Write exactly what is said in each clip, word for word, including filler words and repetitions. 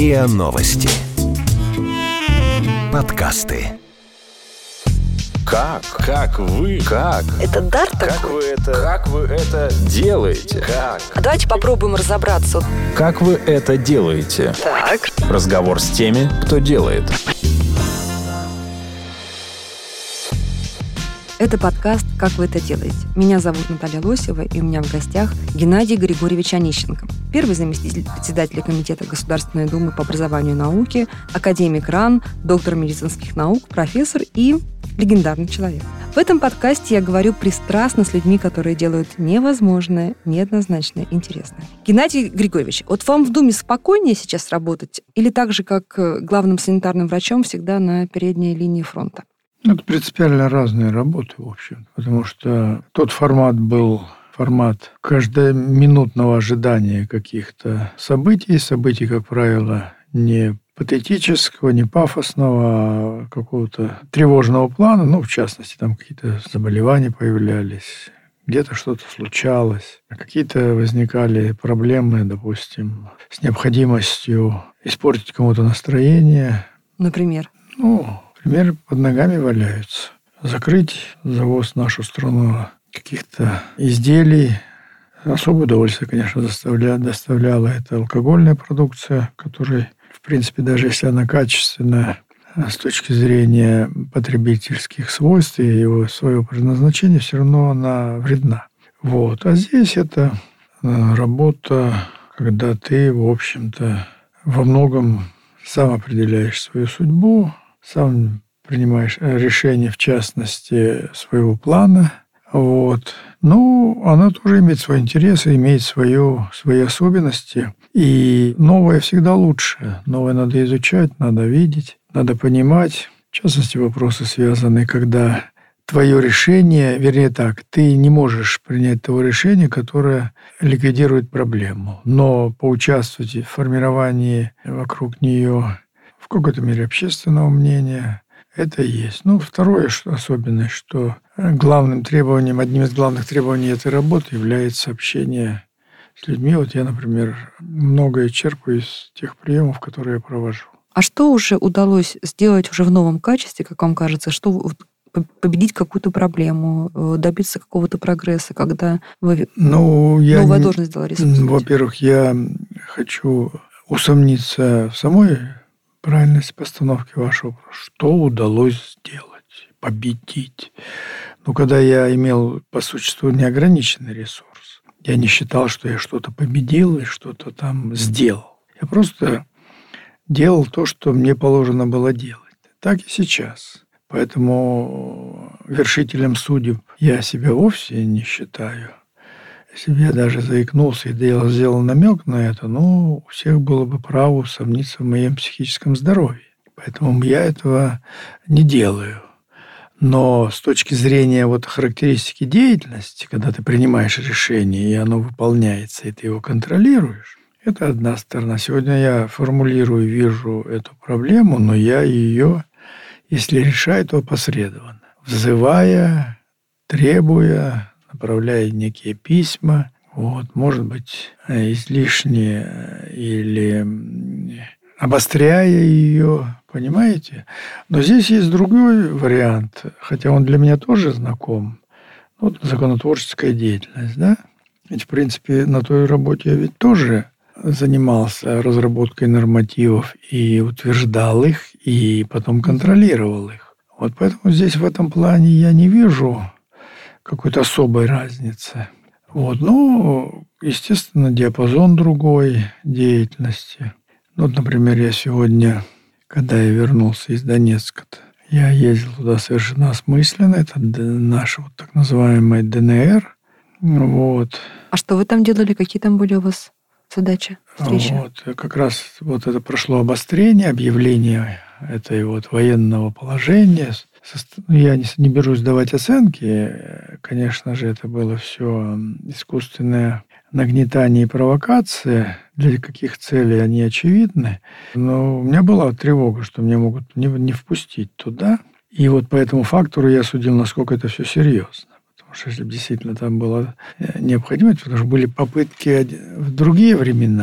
РИА Новости. Подкасты. Как? Как вы? Как? Это дар Как такой? вы это? Как вы это делаете? Как? А давайте попробуем разобраться. Как вы это делаете? Так. Разговор с теми, кто делает. Это подкаст «Как вы это делаете?». Меня зовут Наталья Лосева, и у меня в гостях Геннадий Григорьевич Онищенко, первый заместитель председателя Комитета Государственной Думы по образованию и науке, академик РАН, доктор медицинских наук, профессор и легендарный человек. В этом подкасте я говорю пристрастно с людьми, которые делают невозможное, неоднозначное, интересное. Геннадий Григорьевич, вот вам в Думе спокойнее сейчас работать или так же, как главным санитарным врачом, всегда на передней линии фронта? Это принципиально разные работы, в общем, потому что тот формат был формат каждоминутного ожидания каких-то событий, событий, как правило, не патетического, не пафосного, а какого-то тревожного плана, ну, в частности, там какие-то заболевания появлялись, где-то что-то случалось, какие-то возникали проблемы, допустим, с необходимостью испортить кому-то настроение. Например? Ну, например, под ногами валяются. Закрыть завоз в нашу страну каких-то изделий. Особое удовольствие, конечно, доставля, доставляла эта алкогольная продукция, которая, в принципе, даже если она качественная, с точки зрения потребительских свойств и его своего предназначения, все равно она вредна. Вот. А здесь это работа, когда ты, в общем-то, во многом сам определяешь свою судьбу, сам принимаешь решение, в частности, своего плана. Вот. Ну, она тоже имеет свои интересы, имеет свою, свои особенности. И новое всегда лучше. Новое надо изучать, надо видеть, надо понимать. В частности, вопросы связаны, когда твое решение, вернее так, ты не можешь принять того решения, которое ликвидирует проблему. Но поучаствовать в формировании вокруг нее в какой-то мере общественного мнения, это и есть. Ну, второе, что особенность, что главным требованием, одним из главных требований этой работы является общение с людьми. Вот я, например, многое черпаю из тех приемов, которые я провожу. А что уже удалось сделать уже в новом качестве, как вам кажется, что победить какую-то проблему, добиться какого-то прогресса, когда вы ну, я новая не... должность дала ресурсы? Во-первых, я хочу усомниться в самой правильность постановки вашего вопроса. Что удалось сделать, победить? Ну, когда я имел, по существу, неограниченный ресурс, я не считал, что я что-то победил и что-то там сделал. Я просто делал то, что мне положено было делать. Так и сейчас. Поэтому вершителем судеб я себя вовсе не считаю. Если бы я даже заикнулся и делал, сделал намек на это, ну, у всех было бы право усомниться в моем психическом здоровье. Поэтому я этого не делаю. Но с точки зрения вот характеристики деятельности, когда ты принимаешь решение, и оно выполняется, и ты его контролируешь, это одна сторона. Сегодня я формулирую, вижу эту проблему, но я ее, если решаю, то опосредованно. Взывая, требуя, направляя некие письма, вот, может быть, излишне или обостряя ее, понимаете? Но здесь есть другой вариант, хотя он для меня тоже знаком. Вот законотворческая деятельность, да? Ведь, в принципе, на той работе я ведь тоже занимался разработкой нормативов и утверждал их, и потом контролировал их. Вот поэтому здесь в этом плане я не вижу какой-то особой разницы. Вот. Ну, естественно, диапазон другой деятельности. Вот, например, я сегодня, когда я вернулся из Донецка, я ездил туда совершенно осмысленно. Это наша вот так называемая ДНР. Вот. А что вы там делали? Какие там были у вас задачи, встречи? Вот. Как раз вот это прошло обострение, объявление этой вот военного положения. Я не, не берусь давать оценки. Конечно же, это было все искусственное нагнетание и провокация. Для каких целей они очевидны. Но у меня была тревога, что меня могут не, не впустить туда. И вот по этому фактору я судил, насколько это все серьезно. Потому что если бы действительно там была необходимость, потому что были попытки в другие времена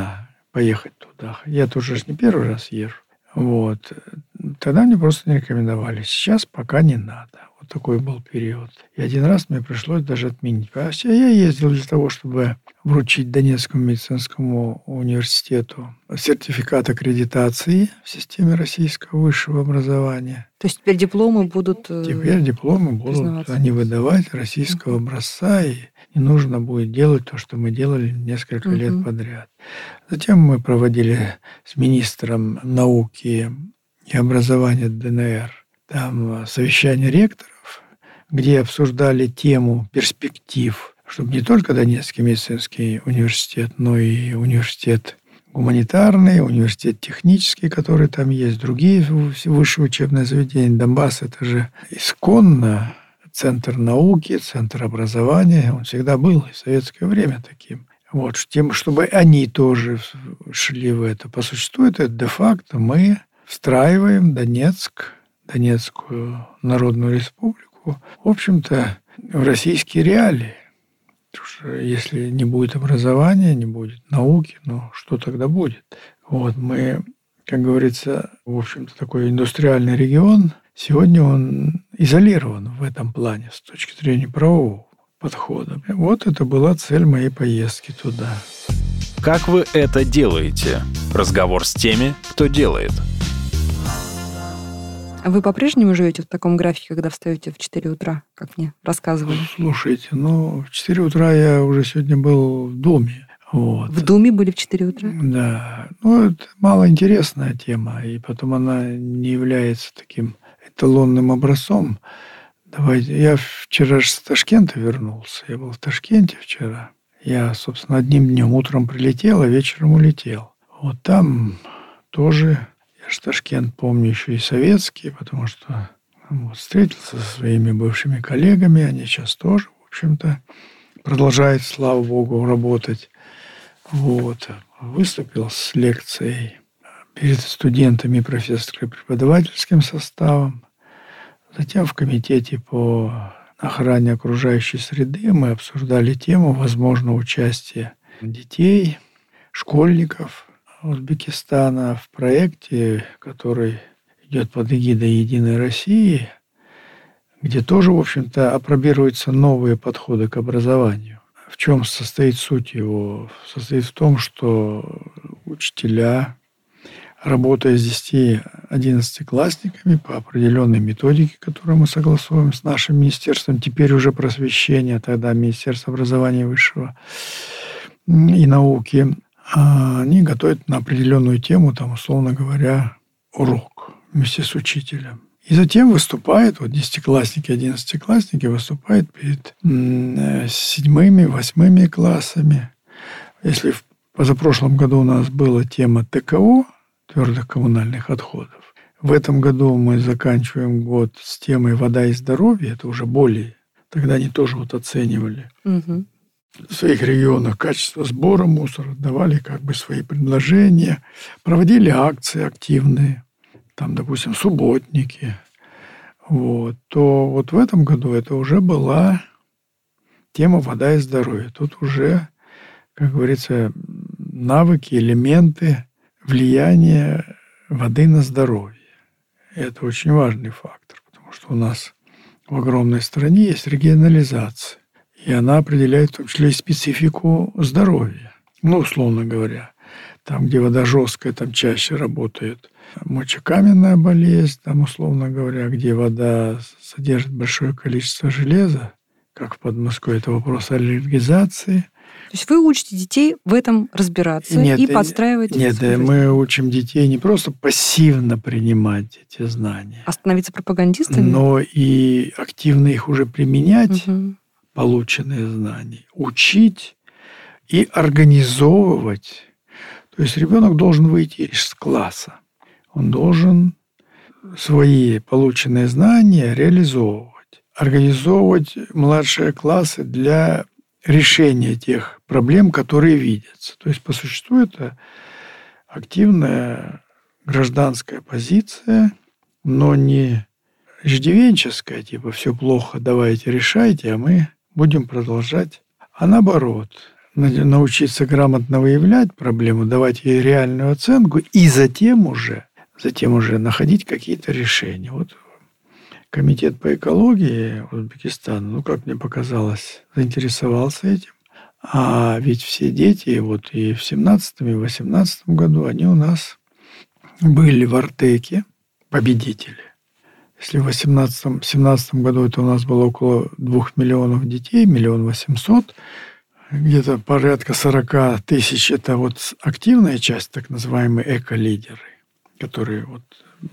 поехать туда. Я тоже ж не первый раз езжу. Вот. Тогда мне просто не рекомендовали. Сейчас пока не надо. Вот такой был период. И один раз мне пришлось даже отменить. А я ездил для того, чтобы вручить Донецкому медицинскому университету сертификат аккредитации в системе российского высшего образования. То есть теперь дипломы будут Теперь дипломы будут они выдавать российского образца, и не нужно будет делать то, что мы делали несколько угу. лет подряд. Затем мы проводили с министром науки и образования ДНР там совещание ректоров, где обсуждали тему перспектив, чтобы не только Донецкий медицинский университет, но и университет гуманитарный, университет технический, который там есть, другие высшие учебные заведения. Донбасс – это же исконно центр науки, центр образования. Он всегда был и в советское время таким. Вот, тем, чтобы они тоже шли в это. По существу это де-факто мы встраиваем Донецк, Донецкую Народную Республику, в общем-то, в российские реалии. Потому что если не будет образования, не будет науки, ну что тогда будет? Вот мы, как говорится, в общем-то, такой индустриальный регион. Сегодня он изолирован в этом плане с точки зрения правового подхода. Вот это была цель моей поездки туда. Как вы это делаете? Разговор с теми, кто делает. А вы по-прежнему живете в таком графике, когда встаете в четыре утра, как мне рассказывали? Слушайте, ну, в четыре утра я уже сегодня был в Думе. Вот. В Думе были в четыре утра? Да. Ну, это малоинтересная тема, и потом она не является таким эталонным образцом. Давайте. Я вчера же с Ташкента вернулся. Я был в Ташкенте вчера. Я, собственно, одним днем утром прилетел, а вечером улетел. Вот там тоже... Я же Ташкент помню еще и советский, потому что вот, встретился со своими бывшими коллегами. Они сейчас тоже, в общем-то, продолжают, слава богу, работать. Вот. Выступил с лекцией перед студентами и профессорско-преподавательским составом. Затем в комитете по охране окружающей среды мы обсуждали тему возможного участия детей, школьников Узбекистана в проекте, который идет под эгидой «Единой России», где тоже, в общем-то, апробируются новые подходы к образованию. В чем состоит суть его? Состоит в том, что учителя, работая с десяти-одиннадцатиклассниками по определенной методике, которую мы согласуем с нашим министерством, теперь уже просвещения, тогда Министерство образования высшего и науки, они готовят на определенную тему, там, условно говоря, урок вместе с учителем. И затем выступает, вот десятиклассники, одиннадцатиклассники выступают перед седьмыми, восьмыми классами. Если в позапрошлом году у нас была тема ТКО, твердых коммунальных отходов, в этом году мы заканчиваем год с темой «Вода и здоровье». Это уже более. Тогда они тоже вот оценивали. Угу. В своих регионах качество сбора мусора, давали как бы свои предложения, проводили акции активные, там, допустим, субботники. Вот. То вот в этом году это уже была тема «Вода и здоровье». Тут уже, как говорится, навыки, элементы влияния воды на здоровье. И это очень важный фактор, потому что у нас в огромной стране есть регионализация. И она определяет в том числе и специфику здоровья. Ну, условно говоря, там, где вода жесткая, там чаще работает мочекаменная болезнь, там, условно говоря, где вода содержит большое количество железа, как в Подмосковье, это вопрос аллергизации. То есть вы учите детей в этом разбираться нет, и подстраивать... Нет, да, мы учим детей не просто пассивно принимать эти знания, а становиться пропагандистами, но и активно их уже применять, угу. полученные знания, учить и организовывать. То есть ребенок должен выйти из класса. Он должен свои полученные знания реализовывать, организовывать младшие классы для решения тех проблем, которые видятся. То есть по существу это активная гражданская позиция, но не иждивенческая, типа все плохо, давайте решайте, а мы будем продолжать. А наоборот, научиться грамотно выявлять проблему, давать ей реальную оценку и затем уже, затем уже находить какие-то решения. Вот Комитет по экологии Узбекистана, ну, как мне показалось, заинтересовался этим. А ведь все дети, вот и в семнадцатом, и в восемнадцатом году, они у нас были в Артеке победители. Если в восемнадцатом-семнадцатом году это у нас было около двух миллионов детей, миллион восемьсот, где-то порядка сорока тысяч – это вот активная часть, так называемые эко-лидеры, которые вот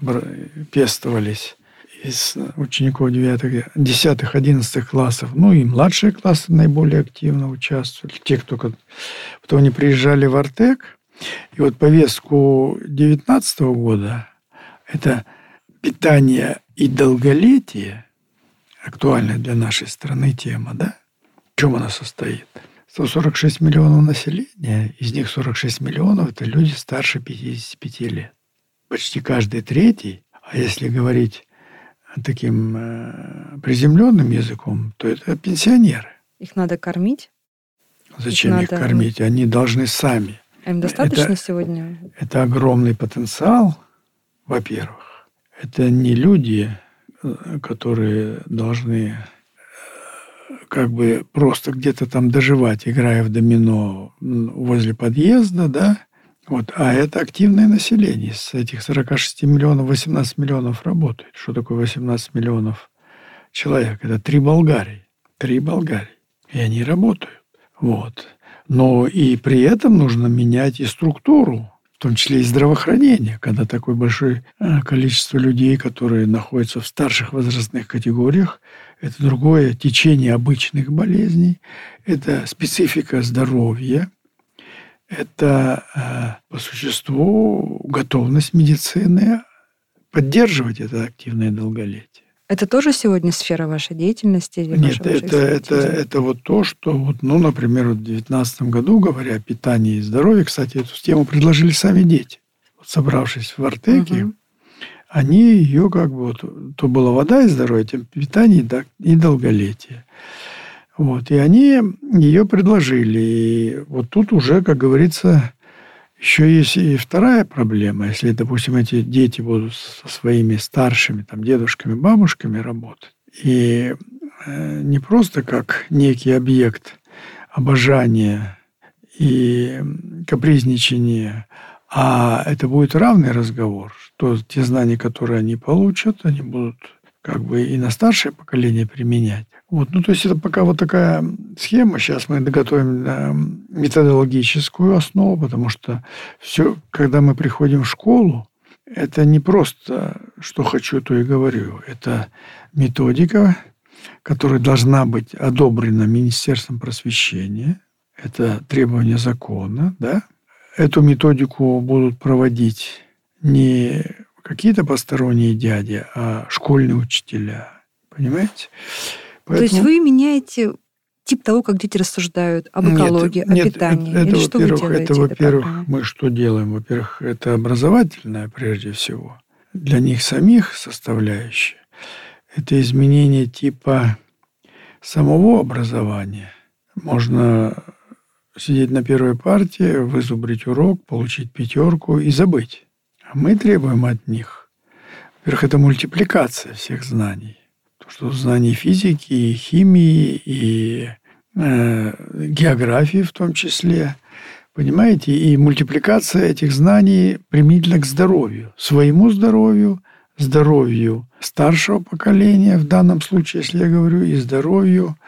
пестовались из учеников девятых, десятых, одиннадцатых классов. Ну и младшие классы наиболее активно участвовали. Те, кто потом они приезжали в Артек. И вот повестку девятнадцатого года – это питание и долголетие, актуальная для нашей страны тема, да? В чем она состоит? сто сорок шесть миллионов населения, из них сорок шесть миллионов – это люди старше пятидесяти пяти лет. Почти каждый третий, а если говорить таким э, приземленным языком, то это пенсионеры. Их надо кормить? Зачем их, их надо... кормить? Они должны сами. Им достаточно это, сегодня? Это огромный потенциал, во-первых. Это не люди, которые должны как бы просто где-то там доживать, играя в домино возле подъезда, да, вот, а это активное население. С этих сорока шести миллионов восемнадцать миллионов работает. Что такое восемнадцать миллионов человек? Это три Болгарии. Три Болгарии. И они работают. Вот. Но и при этом нужно менять и структуру, в том числе и здравоохранение, когда такое большое количество людей, которые находятся в старших возрастных категориях, это другое течение обычных болезней, это специфика здоровья, это по существу готовность медицины поддерживать это активное долголетие. Это тоже сегодня сфера вашей деятельности? Или Нет, вашей, это, это, это вот то, что, вот, ну, например, в две тысячи девятнадцатом году, говоря о питании и здоровье, кстати, эту тему предложили сами дети. Вот, собравшись в Артеке, угу. они ее как бы, вот, то была вода и здоровье, тем питание да, и долголетие. Вот, и они ее предложили. И вот тут уже, как говорится, еще есть и вторая проблема. Если, допустим, эти дети будут со своими старшими там, дедушками, бабушками работать, и не просто как некий объект обожания и капризничания, а это будет равный разговор, что те знания, которые они получат, они будут как бы и на старшее поколение применять. Вот, ну, то есть это пока вот такая схема. Сейчас мы готовим методологическую основу, потому что все, когда мы приходим в школу, это не просто что хочу, то и говорю. Это методика, которая должна быть одобрена Министерством просвещения. Это требование закона, да. Эту методику будут проводить не какие-то посторонние дяди, а школьные учителя. Понимаете? Поэтому... То есть вы меняете тип того, как дети рассуждают об экологии, нет, о питании? Это, Или это, что вы делаете? Это, во-первых, мы что делаем? Во-первых, это образовательное прежде всего. Для них самих составляющая. Это изменение типа самого образования. Можно сидеть на первой партии, вызубрить урок, получить пятерку и забыть. А мы требуем от них. Во-первых, это мультипликация всех знаний. Что знаний физики, и химии, и э, географии в том числе. Понимаете? И мультипликация этих знаний применительно к здоровью. Своему здоровью, здоровью старшего поколения, в данном случае, если я говорю, и здоровью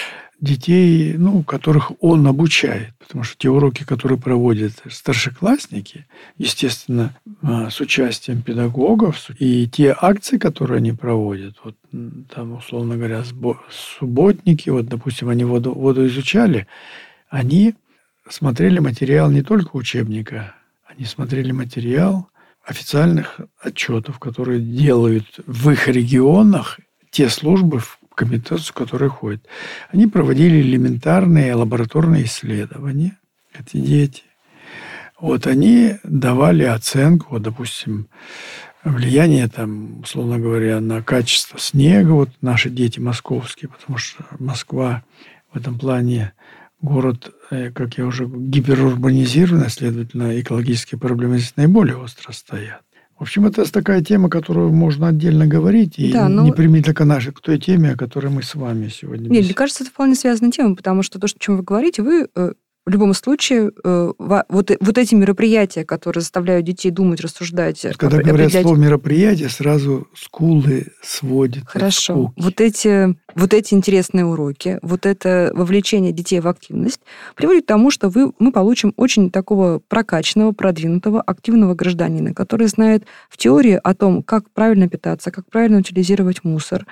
детей, ну, которых он обучает. Потому что те уроки, которые проводят старшеклассники, естественно, с участием педагогов, и те акции, которые они проводят, вот там, условно говоря, субботники, вот, допустим, они воду, воду изучали, они смотрели материал не только учебника, они смотрели материал официальных отчетов, которые делают в их регионах те службы, в комитету, которые ходят. Они проводили элементарные лабораторные исследования, эти дети. Вот они давали оценку, вот, допустим, влияние, там, условно говоря, на качество снега. Вот наши дети московские, потому что Москва в этом плане город, как я уже гиперурбанизирован, следовательно, экологические проблемы здесь наиболее остро стоят. В общем, это такая тема, которую можно отдельно говорить, и да, но... не примите к нашей к той теме, о которой мы с вами сегодня... Нет, мне кажется, это вполне связанная тема, потому что то, о чем вы говорите, вы... В любом случае, вот, вот эти мероприятия, которые заставляют детей думать, рассуждать... Когда говорят определять... слово «мероприятие», сразу скулы сводят. Хорошо. Вот эти, вот эти интересные уроки, вот это вовлечение детей в активность приводит к тому, что вы, мы получим очень такого прокачанного, продвинутого, активного гражданина, который знает в теории о том, как правильно питаться, как правильно утилизировать мусор,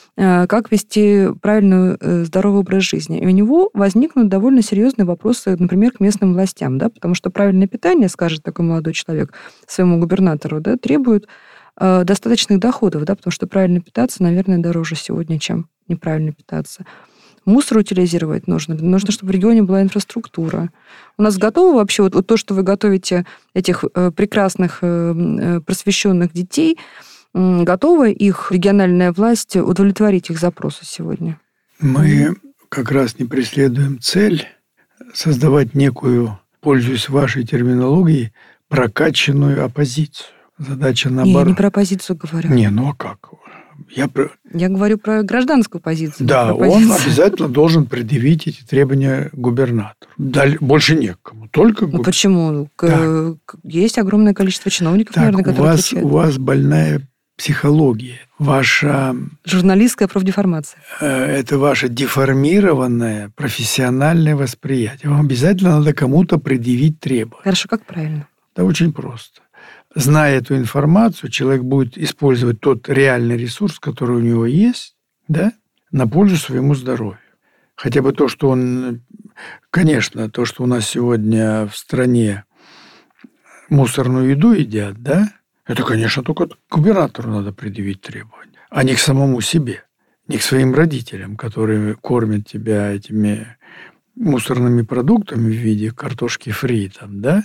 как вести правильный здоровый образ жизни. И у него возникнут довольно серьезные вопросы, например, к местным властям, да, потому что правильное питание, скажет такой молодой человек своему губернатору, да, требует э, достаточных доходов, да, потому что правильно питаться, наверное, дороже сегодня, чем неправильно питаться. Мусор утилизировать нужно. Нужно, чтобы в регионе была инфраструктура. У нас готово вообще вот, вот то, что вы готовите этих э, прекрасных э, просвещенных детей, готова их региональная власть удовлетворить их запросы сегодня? Мы как раз не преследуем цель создавать некую, пользуясь вашей терминологией, прокачанную оппозицию. Задача наоборот. Не, я не про оппозицию говорю. Не, ну а как? Я, про... я говорю про гражданскую позицию. Да, он обязательно должен предъявить эти требования губернатору. Больше некому, только губернатору. Ну почему? Да. Есть огромное количество чиновников, так, наверное, которые у вас, отвечают. У вас больная психология, ваша... Журналистская профдеформация. Это ваше деформированное профессиональное восприятие. Вам обязательно надо кому-то предъявить требования. Хорошо, как правильно? Да очень просто. Зная эту информацию, человек будет использовать тот реальный ресурс, который у него есть, да, на пользу своему здоровью. Хотя бы то, что он... Конечно, то, что у нас сегодня в стране мусорную еду едят, да, это, конечно, только губернатору надо предъявить требования, а не к самому себе, не к своим родителям, которые кормят тебя этими мусорными продуктами в виде картошки фри, там, да,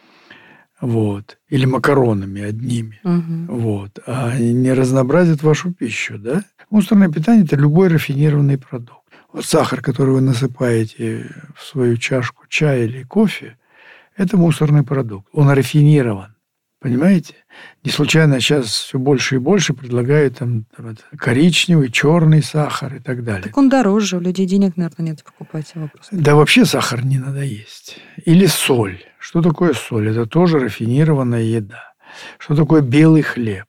вот, или макаронами одними, угу. Вот, а не разнообразят вашу пищу, да. Мусорное питание – это любой рафинированный продукт. Вот сахар, который вы насыпаете в свою чашку чая или кофе, это мусорный продукт, он рафинирован. Понимаете? Не случайно сейчас все больше и больше предлагают там, там коричневый, черный сахар и так далее. Так он дороже, у людей денег, наверное, нет покупать. Вопрос. Да вообще сахар не надо есть. Или соль. Что такое соль? Это тоже рафинированная еда. Что такое белый хлеб?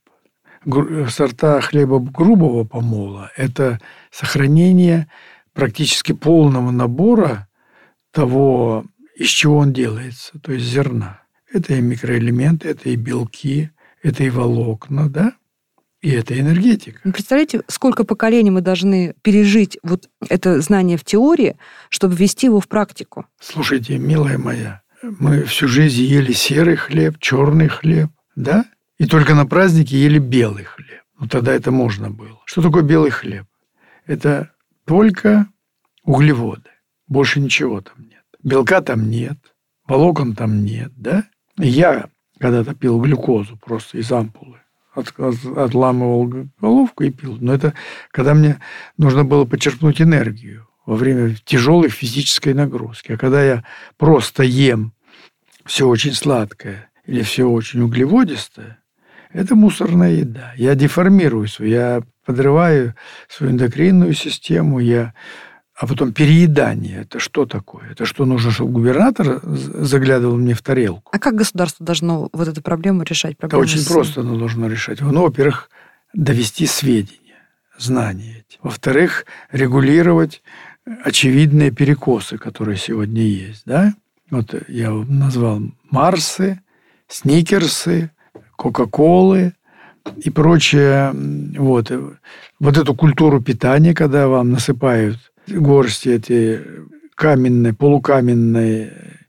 Сорта хлеба грубого помола – это сохранение практически полного набора того, из чего он делается, то есть зерна. Это и микроэлементы, это и белки, это и волокна, да? И это энергетика. Вы представляете, сколько поколений мы должны пережить вот это знание в теории, чтобы ввести его в практику? Слушайте, милая моя, мы всю жизнь ели серый хлеб, черный хлеб, да? И только на празднике ели белый хлеб. Ну, тогда это можно было. Что такое белый хлеб? Это только углеводы. Больше ничего там нет. Белка там нет, волокон там нет, да? Я когда-то пил глюкозу просто из ампулы. От, от, отламывал головку и пил. Но это когда мне нужно было почерпнуть энергию во время тяжелой физической нагрузки. А когда я просто ем все очень сладкое или все очень углеводистое, это мусорная еда. Я деформируюсь, я подрываю свою эндокринную систему, я... А потом переедание. Это что такое? Это что, нужно, чтобы губернатор заглядывал мне в тарелку? А как государство должно вот эту проблему решать? Проблему это очень с... просто оно должно решать. Ну, во-первых, довести сведения, знания эти. Во-вторых, регулировать очевидные перекосы, которые сегодня есть. Да? Вот я назвал Марсы, Сникерсы, Кока-Колы и прочее. Вот. Вот эту культуру питания, когда вам насыпают горсти эти каменные, полукаменные,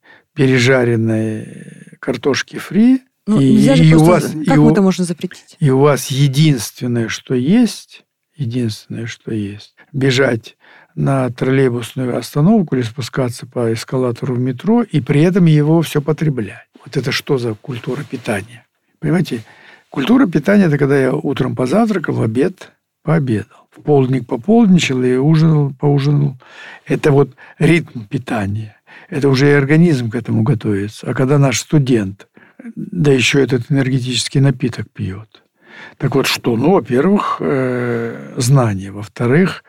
пережаренные картошки фри. Ну, и, и у вас, как и это можно запретить? И у вас единственное, что есть, единственное, что есть, бежать на троллейбусную остановку или спускаться по эскалатору в метро, и при этом его все потреблять. Вот это что за культура питания? Понимаете, культура питания – это когда я утром позавтракал, в обед пообедал. в полдник пополдничал и ужинал, поужинал. Это вот ритм питания. Это уже и организм к этому готовится. А когда наш студент, да еще этот энергетический напиток пьет. Так вот что? Ну, во-первых, э, знания. Во-вторых,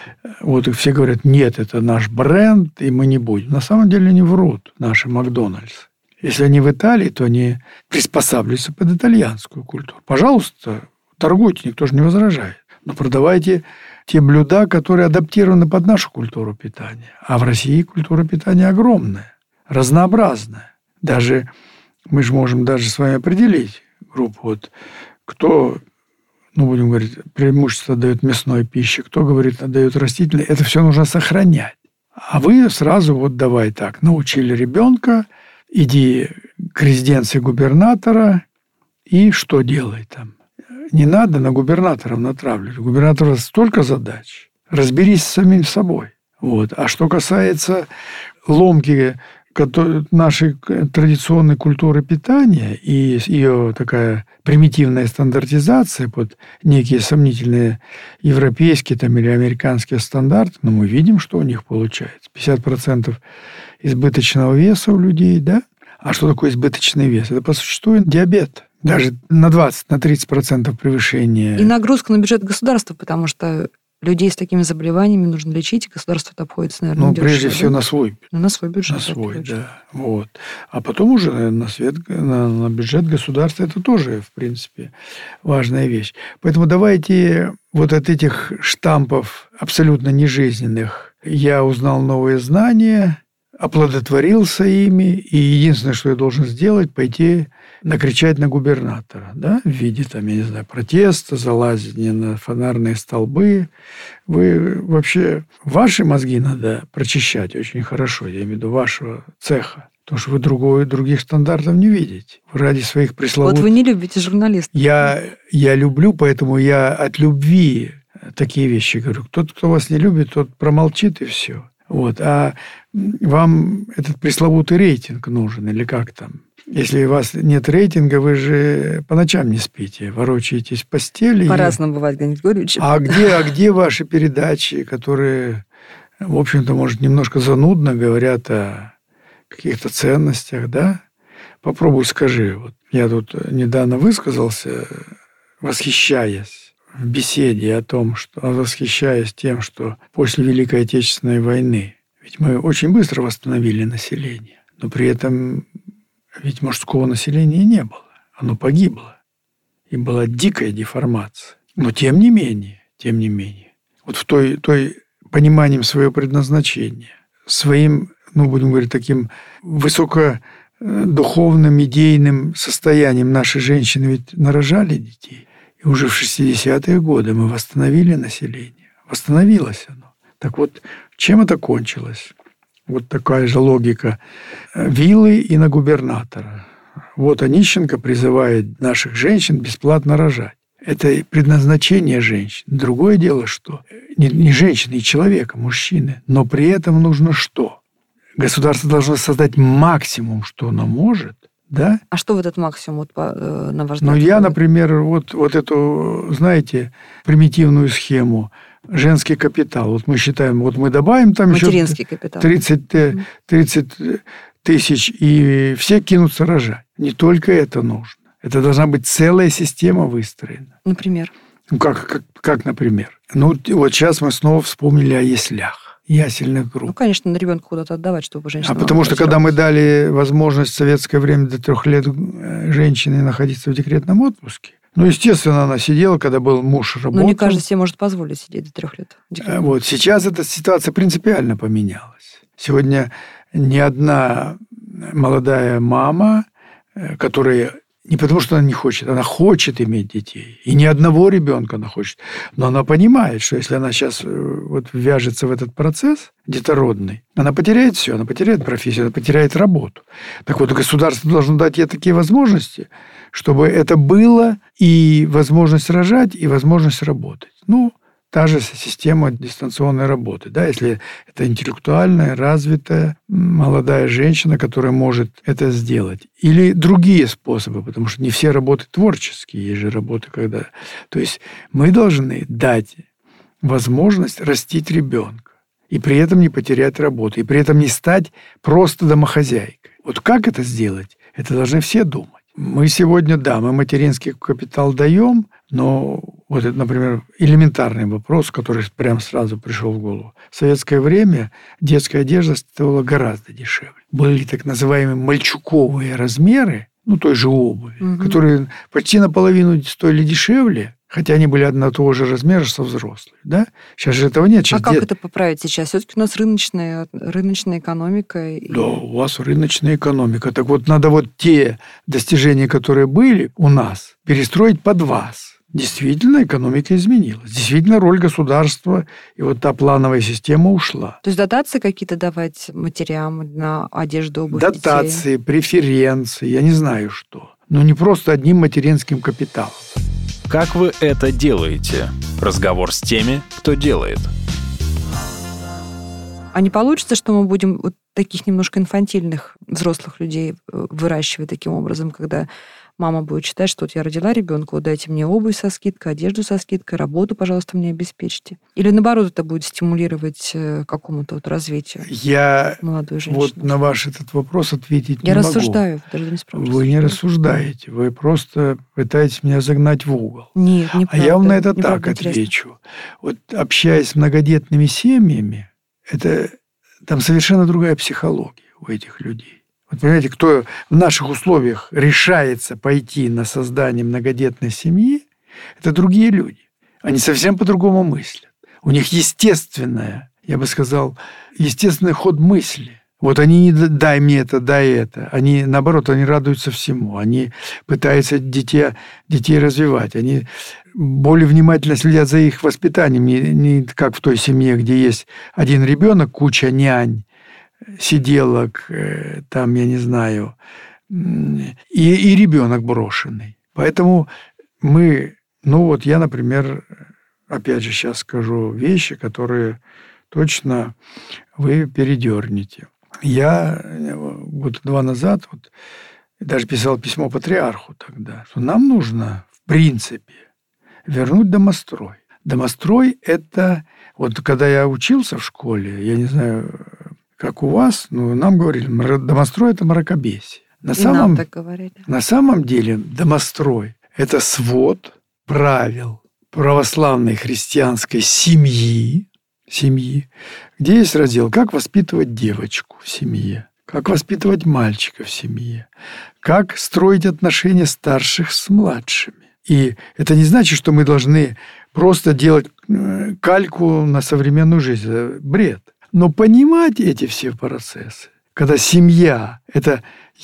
вот все говорят, нет, это наш бренд, и мы не будем. На самом деле они врут, наши Макдональдс. Если они в Италии, то они приспосабливаются под итальянскую культуру. Пожалуйста, торгуйте, никто же не возражает. Но продавайте те блюда, которые адаптированы под нашу культуру питания. А в России культура питания огромная, разнообразная. Даже мы же можем даже с вами определить группу. Вот кто, ну, будем говорить, преимущество дает мясной пище, кто говорит, дает растительной. Это все нужно сохранять. А вы сразу вот давай так, научили ребенка, иди к резиденции губернатора и что делай там? Не надо на губернаторов натравливать. У губернатора столько задач. Разберись с самим собой. Вот. А что касается ломки нашей традиционной культуры питания и ее такая примитивная стандартизация под некие сомнительные европейские там, или американские стандарты, но мы видим, что у них получается. пятьдесят процентов избыточного веса у людей, да? А что такое избыточный вес? Это по существу диабет. Даже на двадцать, на тридцать процентов превышения. И нагрузка на бюджет государства, потому что людей с такими заболеваниями нужно лечить, и государство это обходится, наверное, Ну, дешево, прежде да? всего, на свой. Ну, на свой бюджет. На свой, да. Вот. А потом уже на, свет, на, на бюджет государства. Это тоже, в принципе, важная вещь. Поэтому давайте вот от этих штампов абсолютно нежизненных я узнал новые знания, оплодотворился ими, и единственное, что я должен сделать, пойти накричать на губернатора, да, в виде, там, я не знаю, протеста, залазить на фонарные столбы. Вы вообще, ваши мозги надо прочищать очень хорошо, я имею в виду вашего цеха, потому что вы другой, других стандартов не видите. Вы ради своих пресловутых... Вот вы не любите журналистов. Я, я люблю, поэтому я от любви такие вещи говорю. Тот, кто вас не любит, тот промолчит, и все. Вот. А вам этот пресловутый рейтинг нужен, или как там? Если у вас нет рейтинга, вы же по ночам не спите, ворочаетесь в постели. По-разному и... бывает, Леонид Григорьевич. А где, а где ваши передачи, которые, в общем-то, может, немножко занудно говорят о каких-то ценностях, да? Попробуй скажи. Вот я тут недавно высказался, восхищаясь в беседе о том, что восхищаясь тем, что после Великой Отечественной войны, ведь мы очень быстро восстановили население, но при этом ведь мужского населения не было, оно погибло, и была дикая деформация. Но тем не менее, тем не менее, вот в той, той пониманием своего предназначения, своим, ну, будем говорить, таким высокодуховным, идейным состоянием наши женщины ведь нарожали детей. И уже в шестидесятые годы мы восстановили население. Восстановилось оно. Так вот, чем это кончилось? Вот такая же логика виллы и на губернатора. Вот Онищенко призывает наших женщин бесплатно рожать. Это предназначение женщин. Другое дело, что не, не женщины, и человека, мужчины. Но при этом нужно что? Государство должно создать максимум, что оно может. Да? А что в этот максимум, вот, на ваш взгляд? Ну, я, например, вот, вот эту, знаете, примитивную схему женский капитал. Вот мы считаем, вот мы добавим там материнский еще капитал. тридцать, тридцать тысяч, и все кинутся рожать. Не только это нужно. Это должна быть целая система выстроена. Например? Ну, как, как, как, например? Ну, вот сейчас мы снова вспомнили о яслях. Ясельных групп. Ну, конечно, на ребенка куда-то отдавать, чтобы женщина... А потому что, когда мы дали возможность в советское время до трех лет женщине находиться в декретном отпуске, ну, естественно, она сидела, когда был муж работал. Но не каждый себе может позволить сидеть до трех лет. Вот. Сейчас эта ситуация принципиально поменялась. Сегодня ни одна молодая мама, которая... Не потому, что она не хочет, она хочет иметь детей. И ни одного ребенка она хочет. Но она понимает, что если она сейчас вот ввяжется в этот процесс детородный, она потеряет все, она потеряет профессию, она потеряет работу. Так вот, государство должно дать ей такие возможности, чтобы это было и возможность рожать, и возможность работать. Ну, та же система дистанционной работы. Да? Если это интеллектуальная, развитая, молодая женщина, которая может это сделать. Или другие способы, потому что не все работы творческие, есть же работы, когда... То есть мы должны дать возможность растить ребенка. И при этом не потерять работу. И при этом не стать просто домохозяйкой. Вот как это сделать? Это должны все думать. Мы сегодня, да, мы материнский капитал даем, но вот это, например, элементарный вопрос, который прямо сразу пришел в голову. В советское время детская одежда стоила гораздо дешевле. Были так называемые мальчуковые размеры, ну, той же обуви, угу. которые почти наполовину стоили дешевле, хотя они были одного того же размера, что взрослые. Да? Сейчас же этого нет. Сейчас а как дет... это поправить сейчас? Все-таки у нас рыночная, рыночная экономика. И... Да, у вас рыночная экономика. Так вот, надо вот те достижения, которые были у нас, перестроить под вас. Действительно, экономика изменилась. Действительно, роль государства и вот та плановая система ушла. То есть дотации какие-то давать матерям на одежду, обувь Дотации, детей? преференции, я не знаю что. Но не просто одним материнским капиталом. Как вы это делаете? Разговор с теми, кто делает. А не получится, что мы будем вот таких немножко инфантильных взрослых людей выращивать таким образом, когда мама будет считать, что вот я родила ребенка, вот дайте мне обувь со скидкой, одежду со скидкой, работу, пожалуйста, мне обеспечьте. Или наоборот, это будет стимулировать к какому-то вот развитию я молодой женщины? Вот на ваш этот вопрос ответить я не могу. Я рассуждаю, даже не спрашиваю. Вы не рассуждаете, вы просто пытаетесь меня загнать в угол. Нет, не А я вам на это не так отвечу. Вот общаясь с многодетными семьями, это там совершенно другая психология у этих людей. Вот понимаете, кто в наших условиях решается пойти на создание многодетной семьи, это другие люди. Они совсем по-другому мыслят. У них естественное, я бы сказал, естественный ход мысли. Вот они не дай мне это, дай это. Они, наоборот, они радуются всему. Они пытаются детей, детей развивать. Они более внимательно следят за их воспитанием. Не, не как в той семье, где есть один ребенок, куча нянь, сиделок, там, я не знаю, и, и ребенок брошенный. Поэтому мы, ну вот я, например, опять же сейчас скажу вещи, которые точно вы передернете. Я года два назад вот, даже писал письмо патриарху тогда, что нам нужно, в принципе, вернуть домострой. Домострой – это... Вот когда я учился в школе, я не знаю, как у вас, но нам говорили, домострой – это мракобесие. На И самом, нам так говорили. На самом деле домострой – это свод правил православной христианской семьи, семьи, где есть раздел «Как воспитывать девочку в семье», «Как воспитывать мальчика в семье», «Как строить отношения старших с младшими». И это не значит, что мы должны просто делать кальку на современную жизнь. Это бред. Но понимать эти все процессы, когда семья – это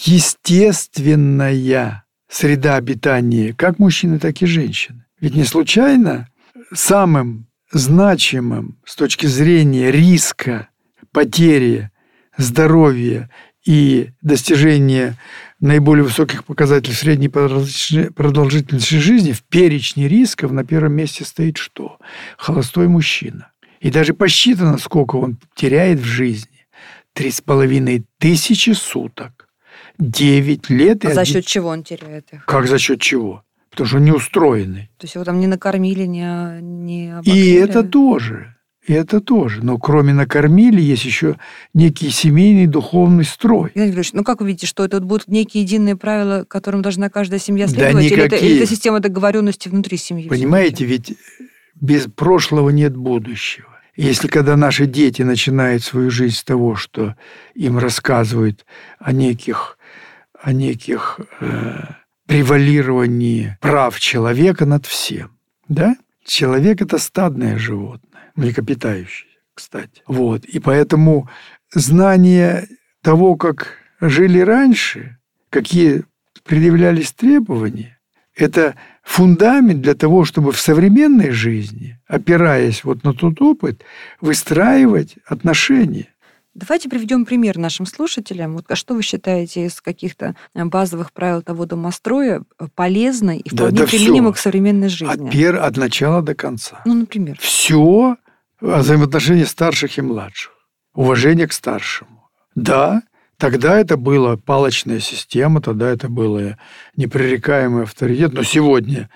естественная среда обитания как мужчины, так и женщины. Ведь не случайно самым значимым с точки зрения риска потери здоровья и достижения наиболее высоких показателей средней продолжительности жизни в перечне рисков на первом месте стоит что? Холостой мужчина. И даже посчитано, сколько он теряет в жизни. Три с половиной тысячи суток. Девять лет. А и за один... счет чего он теряет их? Как за счет чего? Потому что он неустроенный. То есть его там не накормили, не, не обогрели? И это тоже. И это тоже. Но кроме накормили, есть еще некий семейный духовный строй. Геннадий Григорьевич, ну как вы видите, что это будут некие единые правила, которым должна каждая семья следовать? Да или, это, никакие. или это система договоренности внутри семьи? Понимаете, ведь без прошлого нет будущего. Если когда наши дети начинают свою жизнь с того, что им рассказывают о неких, о неких э, превалировании прав человека над всем, да? Человек – это стадное животное, млекопитающее, кстати. Вот. И поэтому знание того, как жили раньше, какие предъявлялись требования, это фундамент для того, чтобы в современной жизни, опираясь вот на тот опыт, выстраивать отношения. Давайте приведем пример нашим слушателям. Вот, а что вы считаете из каких-то базовых правил того домостроя полезной и вполне да, да применимой к современной жизни? От, пер... от начала до конца. Ну, например? Все взаимоотношения старших и младших. Уважение к старшему. Да, тогда это была палочная система, тогда это был непререкаемый авторитет. Но сегодня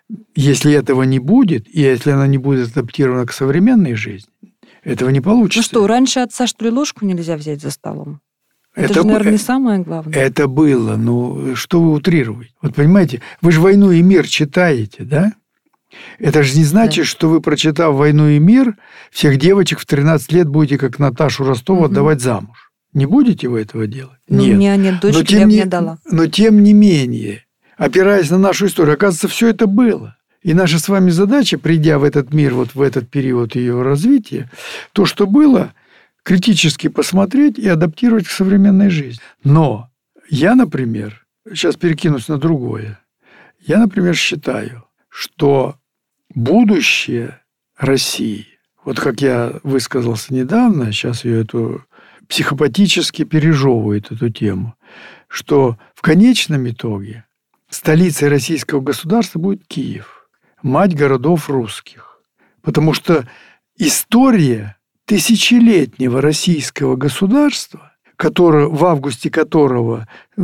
если этого не будет, и если она не будет адаптирована к современной жизни, этого не получится. Ну что, раньше отца, что ли, ложку нельзя взять за столом? Это, это же, наверное, б... не самое главное. Это было. Ну, что вы утрируете? Вот понимаете, вы же «Войну и мир» читаете, да? Это же не значит, да. что вы, прочитав «Войну и мир», всех девочек в тринадцать лет будете, как Наташу Ростову, угу. отдавать замуж. Не будете вы этого делать? Ну, нет. У меня нет дочки, я бы не дала. Но тем не менее, опираясь на нашу историю, оказывается, все это было. И наша с вами задача, придя в этот мир, вот в этот период ее развития, то, что было, критически посмотреть и адаптировать к современной жизни. Но я, например, сейчас перекинусь на другое. Я, например, считаю, что будущее России, вот как я высказался недавно, сейчас ее эту психопатически пережевывает эту тему, что в конечном итоге столицей российского государства будет Киев, мать городов русских. Потому что история тысячелетнего российского государства, которое, в августе которого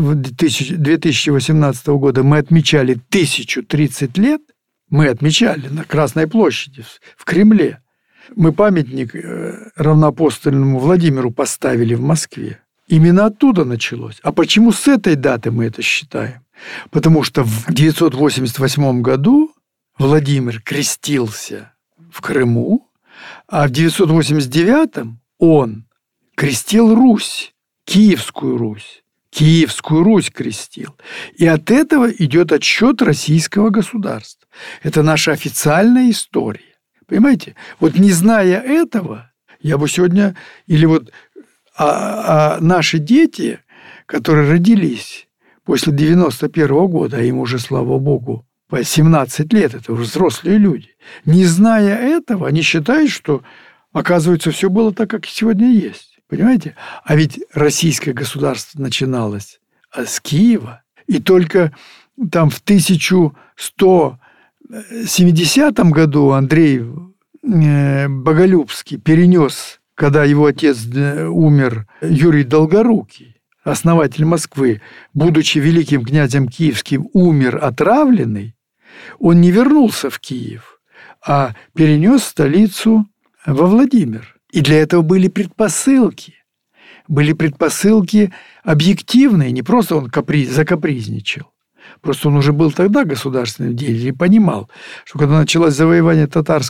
две тысячи восемнадцатого года мы отмечали тысячу тридцать лет, мы отмечали на Красной площади в Кремле. Мы памятник равноапостольному Владимиру поставили в Москве. Именно оттуда началось. А почему с этой даты мы это считаем? Потому что в девятьсот восемьдесят восьмом году Владимир крестился в Крыму, а в девятьсот восемьдесят девятом он крестил Русь, Киевскую Русь. Киевскую Русь крестил. И от этого идет отсчет российского государства. Это наша официальная история. Понимаете? Вот не зная этого, я бы сегодня... Или вот а, а наши дети, которые родились после девяносто первого года, а им уже, слава богу, по семнадцать лет, это уже взрослые люди, не зная этого, они считают, что, оказывается, все было так, как и сегодня есть. Понимаете? А ведь российское государство начиналось с Киева, и только там в тысяча сто семидесятом году Андрей Боголюбский перенес, когда его отец умер, Юрий Долгорукий, основатель Москвы, будучи великим князем киевским, умер отравленный, он не вернулся в Киев, а перенес столицу во Владимир. И для этого были предпосылки. Были предпосылки объективные, не просто он каприз, закапризничал. Просто он уже был тогда государственным деятелем и понимал, что когда началось завоевание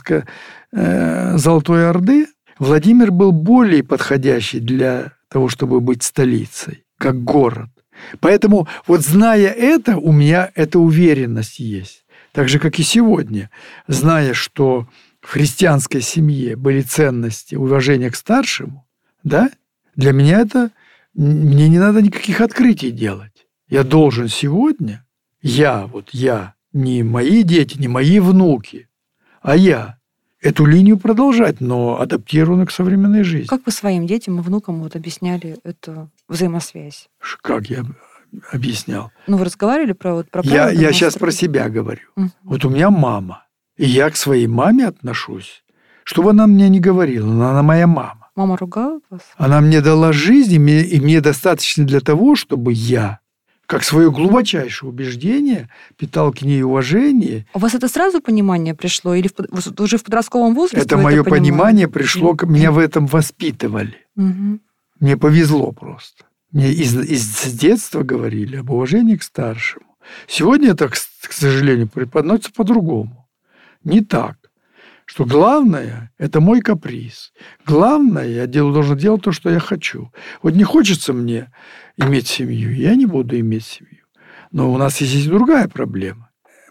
татарско-Золотой Орды, Владимир был более подходящий для того, чтобы быть столицей, как город. Поэтому вот зная это, у меня эта уверенность есть. Так же, как и сегодня, зная, что в христианской семье были ценности уважения к старшему, да, для меня это... Мне не надо никаких открытий делать. Я должен сегодня... Я, вот я, не мои дети, не мои внуки, а я эту линию продолжать, но адаптированно к современной жизни. Как вы своим детям и внукам вот объясняли эту взаимосвязь? Как я объяснял? Ну, вы разговаривали про... Вот, про я я сейчас про себя говорю. Угу. Вот у меня мама, и я к своей маме отношусь, чтобы она мне не говорила, но она моя мама. Мама ругала вас? Она мне дала жизнь, и мне, и мне достаточно для того, чтобы я... как свое глубочайшее убеждение, питал к ней уважение. У вас это сразу понимание пришло? Или в, уже в подростковом возрасте? Это мое это понимание пришло, mm-hmm. меня в этом воспитывали. Mm-hmm. Мне повезло просто. Мне из, из детства говорили об уважении к старшему. Сегодня это, к сожалению, преподносится по-другому. Не так. Что главное – это мой каприз. Главное, я делаю, должен делать то, что я хочу. Вот не хочется мне иметь семью, я не буду иметь семью. Но у нас есть другая проблема.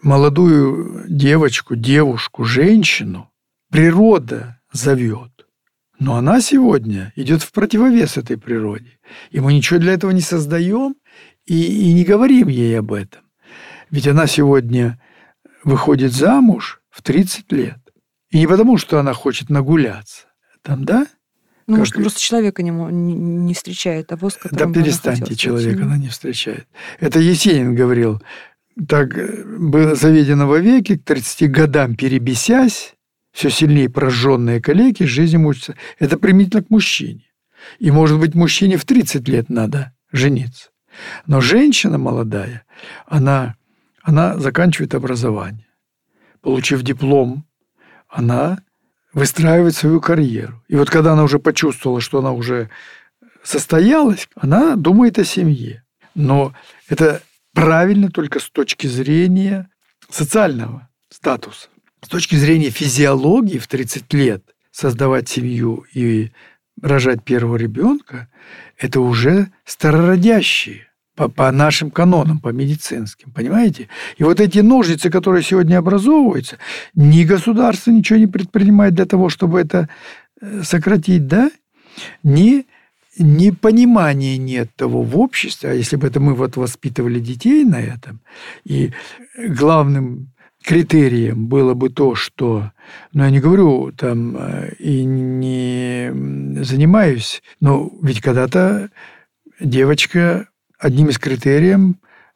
Молодую девочку, девушку, женщину природа зовет. Но она сегодня идет в противовес этой природе. И мы ничего для этого не создаем и, и не говорим ей об этом. Ведь она сегодня выходит замуж в тридцать лет. И не потому, что она хочет нагуляться. Там, да? Ну, как... может, просто человека не, не, не встречает того, с которым да перестаньте, человека она не встречает. Это Есенин говорил. Так было заведено вовеки, к тридцати годам перебесясь, все сильнее прожженные калеки, жизнь мучится. Это применительно к мужчине. И, может быть, мужчине в тридцать лет надо жениться. Но женщина молодая, она, она заканчивает образование. получив диплом, она выстраивает свою карьеру. И вот когда она уже почувствовала, что она уже состоялась, она думает о семье. Но это правильно только с точки зрения социального статуса. С точки зрения физиологии в тридцать лет создавать семью и рожать первого ребенка – это уже старородящие по, по нашим канонам, по медицинским, понимаете? И вот эти ножницы, которые сегодня образовываются, ни государство ничего не предпринимает для того, чтобы это сократить, да? Ни, ни понимания нет того в обществе, а если бы это мы вот воспитывали детей на этом, и главным критерием было бы то, что, ну, я не говорю там и не занимаюсь, но ведь когда-то девочка, одним из критериев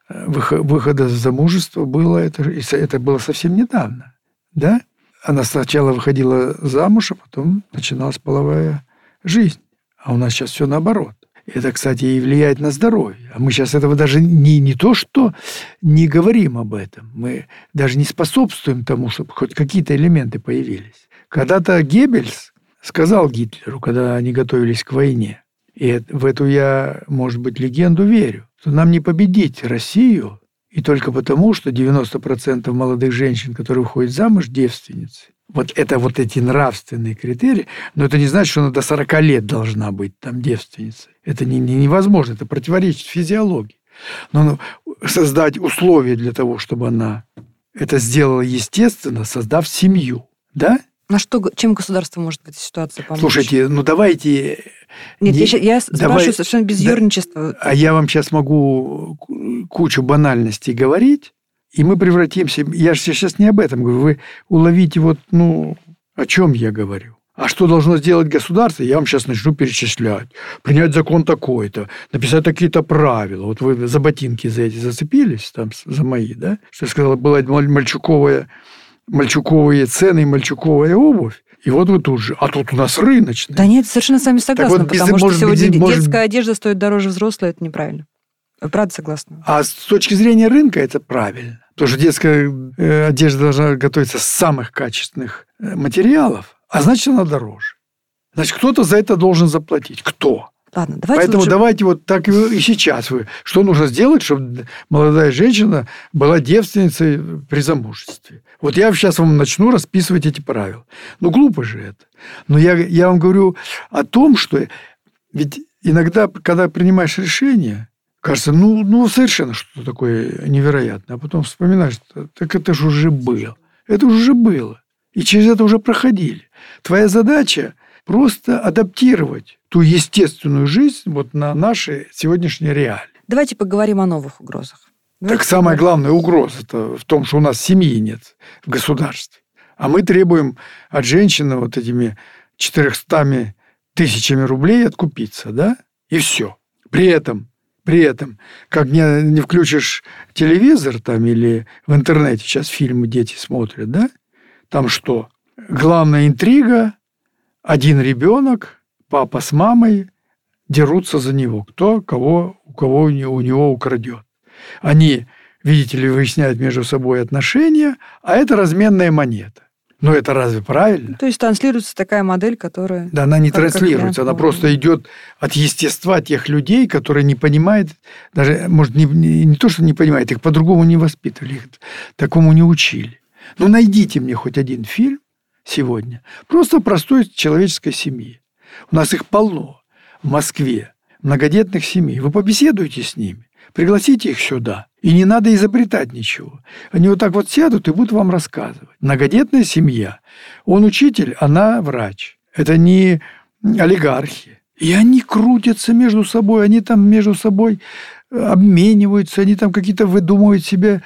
выхода в замужество было, это, это было совсем недавно, да? Она сначала выходила замуж, а потом начиналась половая жизнь. А у нас сейчас все наоборот. Это, кстати, и влияет на здоровье. А мы сейчас этого даже не, не то, что не говорим об этом. Мы даже не способствуем тому, чтобы хоть какие-то элементы появились. Когда-то Геббельс сказал Гитлеру, когда они готовились к войне, и в эту я, может быть, легенду верю, что нам не победить Россию, и только потому, что девяносто процентов молодых женщин, которые выходят замуж, девственницы. Вот это вот эти нравственные критерии, но это не значит, что она до сорока лет должна быть там девственницей. Это не, не, невозможно, это противоречит физиологии. Но ну, создать условия для того, чтобы она это сделала естественно, создав семью, да? На что, чем государство может в этой ситуации помочь? Слушайте, ну давайте... Нет, не, я, я давай, спрашиваю совершенно без да, ерничества. А я вам сейчас могу кучу банальностей говорить, и мы превратимся... Я же сейчас не об этом говорю. Вы уловите вот, ну, о чем я говорю. А что должно сделать государство? Я вам сейчас начну перечислять. Принять закон такой-то, написать такие-то правила. Вот вы за ботинки за эти зацепились, там, за мои, да? Что я сказала, была мальчуковая, мальчуковые цены и мальчуковая обувь. И вот вы тут же. А тут у нас рыночный. Да нет, совершенно с вами согласна, вот, потому что может сегодня быть, может... детская одежда стоит дороже взрослой, это неправильно. Вы правда согласна? А с точки зрения рынка это правильно. Потому что детская одежда должна готовиться с самых качественных материалов, а значит, она дороже. Значит, кто-то за это должен заплатить. Кто? Ладно, давайте Поэтому лучше... давайте вот так и сейчас. Вы, что нужно сделать, чтобы молодая женщина была девственницей при замужестве? Вот я сейчас вам начну расписывать эти правила. Ну, глупо же это. Но я, я вам говорю о том, что ведь иногда, когда принимаешь решение, кажется, ну, ну совершенно что-то такое невероятное. А потом вспоминаешь, так это же уже было. Это уже было. И через это уже проходили. Твоя задача просто адаптировать ту естественную жизнь вот на наши сегодняшние реалии. Давайте поговорим о новых угрозах. Давайте так самая главная угроза-то в том, что у нас семьи нет в государстве. А мы требуем от женщины вот этими четырехстами тысячами рублей откупиться, да? И все. При этом При этом, как не, не включишь телевизор там или в интернете, сейчас фильмы дети смотрят, да? Там что? Главная интрига, один ребенок, папа с мамой дерутся за него. Кто кого, у кого у него, у него украдет. Они, видите ли, выясняют между собой отношения, а это разменная монета. Но это разве правильно? То есть транслируется такая модель, которая... Да, она не как, транслируется, как она просто идет от естества тех людей, которые не понимают, даже, может, не, не, не то, что не понимают, их по-другому не воспитывали, их такому не учили. Ну, найдите мне хоть один фильм сегодня, просто простой человеческой семьи. У нас их полно в Москве, многодетных семей. Вы побеседуйте с ними, пригласите их сюда. И не надо изобретать ничего. Они вот так вот сядут и будут вам рассказывать. Многодетная семья. Он учитель, она врач. Это не олигархи. И они крутятся между собой, они там между собой обмениваются, они там какие-то выдумывают себе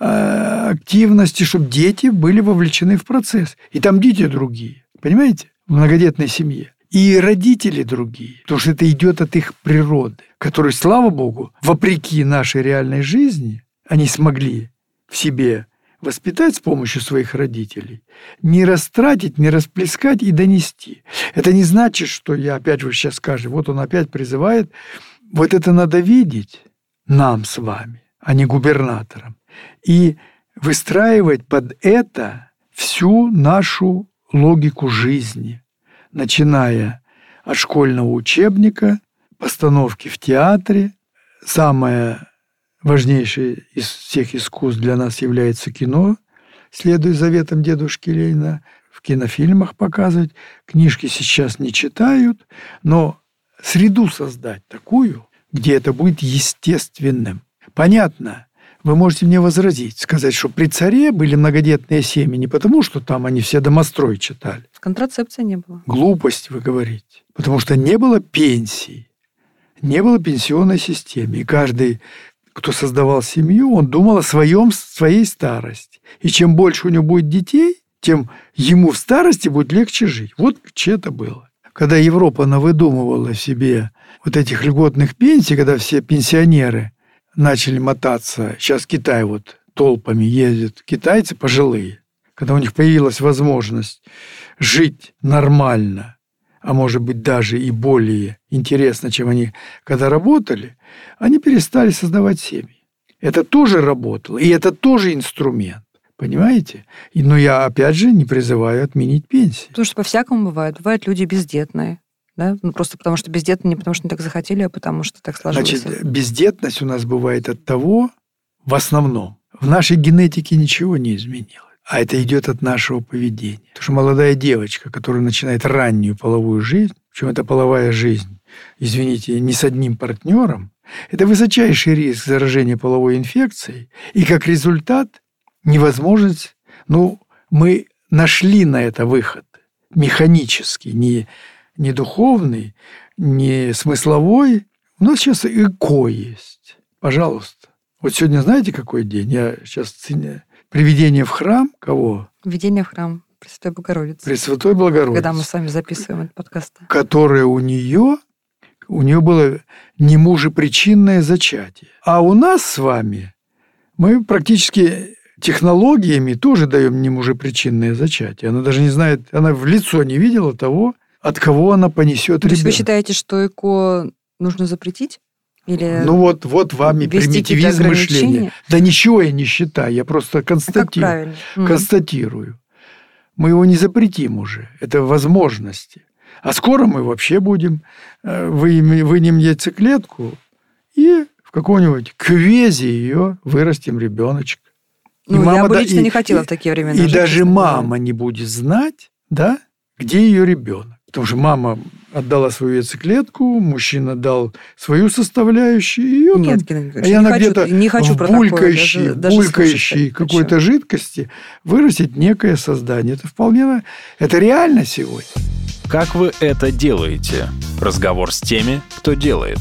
активности, чтобы дети были вовлечены в процесс. И там дети другие. Понимаете? В многодетной семье. И родители другие, потому что это идет от их природы, которую, слава Богу, вопреки нашей реальной жизни, они смогли в себе воспитать с помощью своих родителей, не растратить, не расплескать и донести. Это не значит, что я опять же сейчас скажу, вот он опять призывает, вот это надо видеть нам с вами, а не губернаторам, и выстраивать под это всю нашу логику жизни, начиная от школьного учебника, постановки в театре. Самое важнейшее из всех искусств для нас является кино, следуя заветам дедушки Ленина, в кинофильмах показывать. Книжки сейчас не читают, но среду создать такую, где это будет естественным. Понятно, вы можете мне возразить, сказать, что при царе были многодетные семьи не потому, что там они все домострой читали. Контрацепции не было. Глупость, вы говорите. Потому что не было пенсий, не было пенсионной системы. И каждый, кто создавал семью, он думал о своем, своей старости. И чем больше у него будет детей, тем ему в старости будет легче жить. Вот что это было. Когда Европа навыдумывала себе вот этих льготных пенсий, когда все пенсионеры начали мотаться, сейчас Китай вот толпами ездит, китайцы пожилые, когда у них появилась возможность жить нормально, а может быть даже и более интересно, чем они когда работали, они перестали создавать семьи. Это тоже работало, и это тоже инструмент. Понимаете? И, но я, опять же, не призываю отменить пенсии. Потому что по-всякому бывает. Бывают люди бездетные. Да? Ну, просто потому что бездетные, не потому что они так захотели, а потому что так сложилось. Значит, бездетность у нас бывает от того, в основном, в нашей генетике ничего не изменилось. А это идет от нашего поведения. Потому что молодая девочка, которая начинает раннюю половую жизнь, причем это половая жизнь, извините, не с одним партнером, это высочайший риск заражения половой инфекцией. И как результат невозможность, ну, мы нашли на это выход механический, не, не духовный, не смысловой. У нас сейчас ЭКО есть. Пожалуйста. Вот сегодня знаете, какой день? Я сейчас... Приведение в храм кого? Введение в храм Пресвятой Богородицы. Пресвятой Богородицы. Когда мы с вами записываем этот подкаст. Которое у нее, у нее было немужепричинное зачатие. А у нас с вами мы практически технологиями тоже даем немужепричинное зачатие. Она даже не знает, она в лицо не видела того, от кого она понесет ребенка. То есть вы считаете, что ЭКО нужно запретить? Или ну вот, вот вам и примитивизм мышления. Да ничего я не считаю, я просто констатирую. А констатирую. Мы его не запретим уже. Это возможности. А скоро мы вообще будем вынем яйцеклетку и в каком-нибудь квезе ее вырастим ребеночек. Ну, я бы лично и, не хотела в такие времена И жить, даже мама не будет знать, да, где ее ребенок. Потому что мама отдала свою яйцеклетку, мужчина дал свою составляющую. Ее Нет, там, Геннадий, а я не она хочу, где-то не хочу в про булькающей, такое, даже, булькающей даже какой-то жидкости вырастет некое создание. Это вполне... Это реально сегодня. Как вы это делаете? Разговор с теми, кто делает.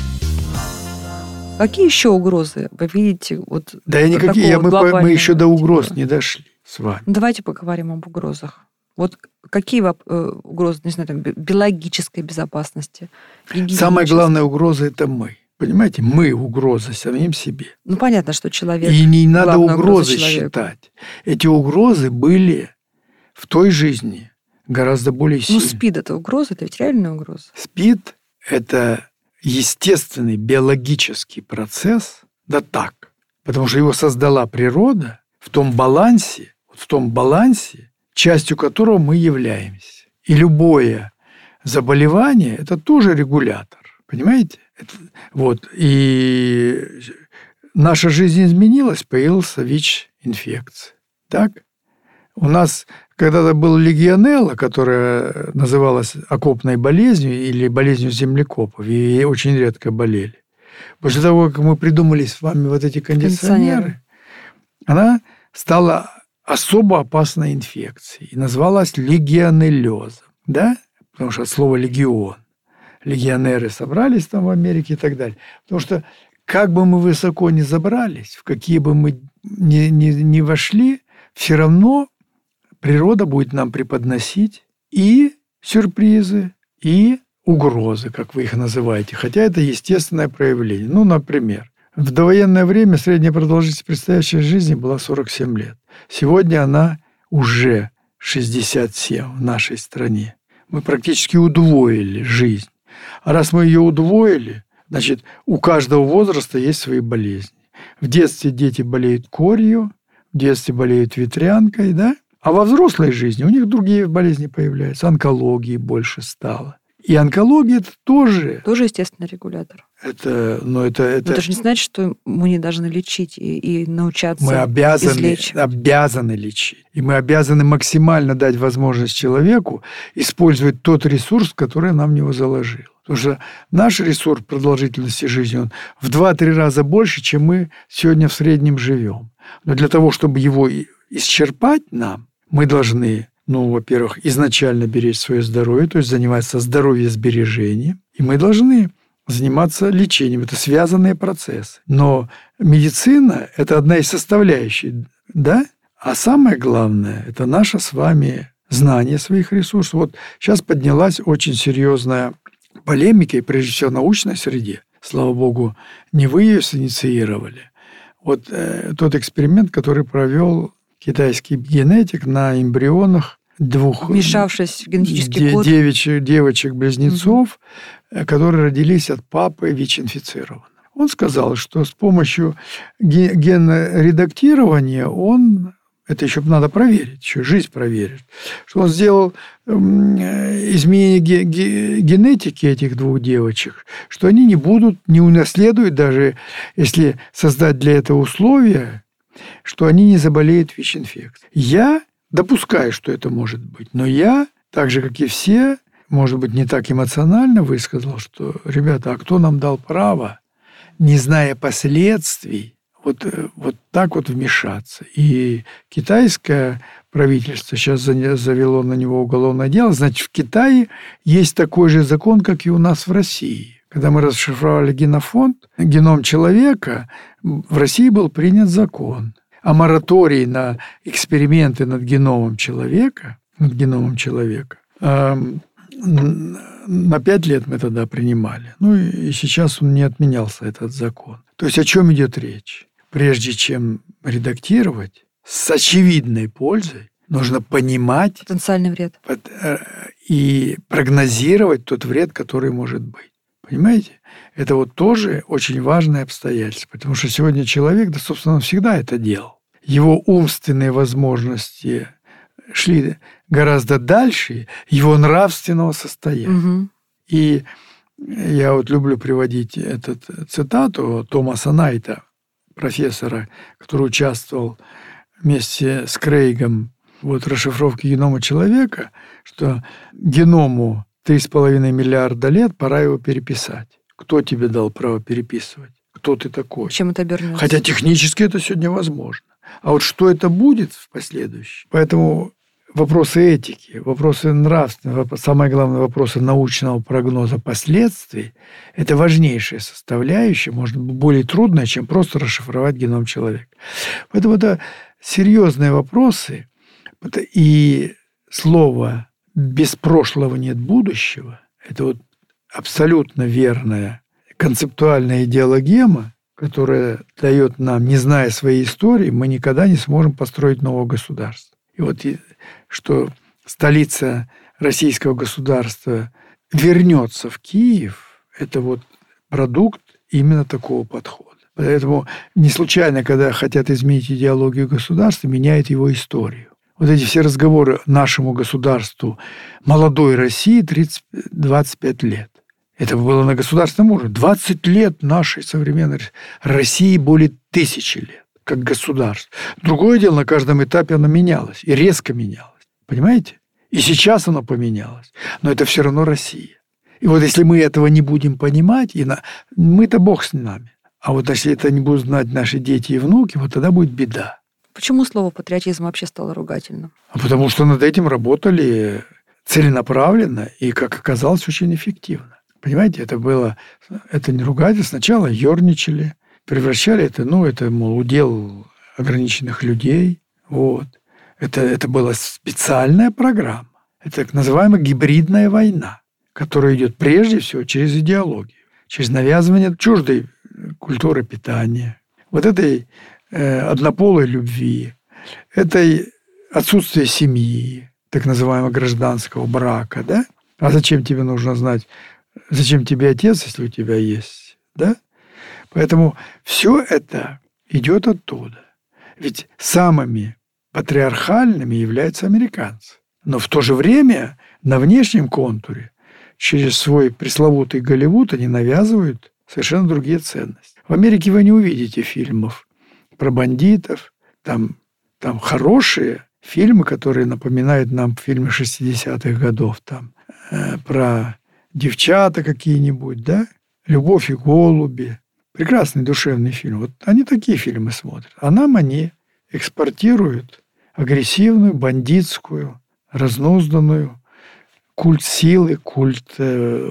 Какие еще угрозы вы видите? Вот да я никакие, я, мы, мы еще до угроз типа. не дошли с вами. Ну, давайте поговорим об угрозах. Вот какие угрозы, не знаю, там, биологической безопасности? Самая главная угроза – это мы. Понимаете, мы угроза самим себе. Ну, понятно, что человек... И не надо угрозы считать. Эти угрозы были в той жизни гораздо более сильные. Ну, СПИД – это угроза, это ведь реальная угроза. СПИД – это естественный биологический процесс, да так, потому что его создала природа в том балансе, в том балансе, частью которого мы являемся. И любое заболевание – это тоже регулятор. Понимаете? Это, вот. И наша жизнь изменилась, появился ВИЧ-инфекция. Так? У нас когда-то был легионелла, которая называлась окопной болезнью или болезнью землекопов, и очень редко болели. После того, как мы придумали с вами вот эти кондиционеры, она стала особо опасной инфекцией и называлась легионеллезом. Да? Потому что от слова «легион». Легионеры собрались там в Америке и так далее. Потому что как бы мы высоко ни забрались, в какие бы мы ни, ни, ни вошли, все равно природа будет нам преподносить и сюрпризы, и угрозы, как вы их называете. Хотя это естественное проявление. Ну, например, в довоенное время средняя продолжительность предстоящей жизни была сорок семь лет. Сегодня она уже шестьдесят семь в нашей стране. Мы практически удвоили жизнь. А раз мы ее удвоили, значит, у каждого возраста есть свои болезни. В детстве дети болеют корью, в детстве болеют ветрянкой, да? А во взрослой жизни у них другие болезни появляются. Онкологии больше стало. И онкология это тоже... Тоже естественный регулятор. Это, ну, это, это... Но это же не значит, что мы не должны лечить и, и научаться Мы обязаны, излечивать. обязаны лечить. И мы обязаны максимально дать возможность человеку использовать тот ресурс, который нам в него заложил. Потому что наш ресурс продолжительности жизни, он в два-три раза больше, чем мы сегодня в среднем живем. Но для того, чтобы его исчерпать нам, мы должны... Ну, во-первых, изначально беречь свое здоровье, то есть заниматься здоровьесбережением. И мы должны заниматься лечением. Это связанные процессы. Но медицина – это одна из составляющих, да? А самое главное – это наше с вами знание своих ресурсов. Вот сейчас поднялась очень серьезная полемика, и прежде всего в научной среде. Слава богу, не вы ее синициировали. Вот э, тот эксперимент, который провел китайский генетик на эмбрионах двух вмешавшись в генетический де- код девочек, девочек-близнецов, угу. которые родились от папы ВИЧ-инфицированного. Он сказал, что с помощью ген-редактирования он, это еще надо проверить, еще жизнь проверит, что он сделал изменение генетики этих двух девочек, что они не будут, не унаследуют, даже если создать для этого условия, что они не заболеют ВИЧ-инфекцией. Я допускаю, что это может быть, но я, так же, как и все, может быть, не так эмоционально высказал, что, ребята, а кто нам дал право, не зная последствий, вот, вот так вот вмешаться. И китайское правительство сейчас завело на него уголовное дело. Значит, в Китае есть такой же закон, как и у нас в России. Когда мы расшифровали генофонд, геном человека, в России был принят закон о моратории на эксперименты над геномом человека, над геномом человека. На пять лет мы тогда принимали. Ну и сейчас он не отменялся, этот закон. То есть о чем идет речь? Прежде чем редактировать, с очевидной пользой нужно понимать... Потенциальный вред. И прогнозировать тот вред, который может быть. Понимаете? Это вот тоже очень важное обстоятельство. Потому что сегодня человек, да, собственно, он всегда это делал. Его умственные возможности шли гораздо дальше его нравственного состояния. Угу. И я вот люблю приводить эту цитату Томаса Найта, профессора, который участвовал вместе с Крейгом вот, в расшифровке генома человека, что геному три с половиной миллиарда лет, пора его переписать. Кто тебе дал право переписывать? Кто ты такой? Чем это обернется? Хотя технически это сегодня возможно. А вот что это будет в последующем? Поэтому вопросы этики, вопросы нравственного, самое главное, вопросы научного прогноза последствий – это важнейшая составляющая, может быть, более трудная, чем просто расшифровать геном человека. Поэтому это серьезные вопросы. И слово «без прошлого нет будущего» – это вот абсолютно верная концептуальная идеологема, которая дает нам, не зная своей истории, мы никогда не сможем построить новое государство. И вот что столица российского государства вернется в Киев, это вот продукт именно такого подхода. Поэтому не случайно, когда хотят изменить идеологию государства, меняют его историю. Вот эти все разговоры нашему государству молодой России тридцать двадцать пять лет. Это было на государственном уровне. двадцать лет нашей современной России более тысячи лет как государство. Другое дело, на каждом этапе оно менялось. И резко менялось. Понимаете? И сейчас оно поменялось. Но это все равно Россия. И вот если мы этого не будем понимать, и на... мы-то Бог с нами. А вот если это не будут знать наши дети и внуки, вот тогда будет беда. Почему слово патриотизм вообще стало ругательным? А потому что над этим работали целенаправленно и, как оказалось, очень эффективно. Понимаете, это было... Это не ругательство. Сначала ерничали, превращали это, ну, это, мол, удел ограниченных людей. Вот. Это, это была специальная программа. Это так называемая гибридная война, которая идет прежде всего через идеологию, через навязывание чуждой культуры питания, вот этой э, однополой любви, этой отсутствия семьи, так называемого гражданского брака, да? А зачем тебе нужно знать, зачем тебе отец, если у тебя есть, да? Поэтому все это идет оттуда. Ведь самыми патриархальными являются американцы. Но в то же время на внешнем контуре через свой пресловутый Голливуд они навязывают совершенно другие ценности. В Америке вы не увидите фильмов про бандитов, там, там хорошие фильмы, которые напоминают нам фильмы шестидесятых годов, там, э, про девчата какие-нибудь, да? «Любовь и голуби». Прекрасный душевный фильм. Вот они такие фильмы смотрят. А нам они экспортируют агрессивную, бандитскую, разнузданную, культ силы, культ э,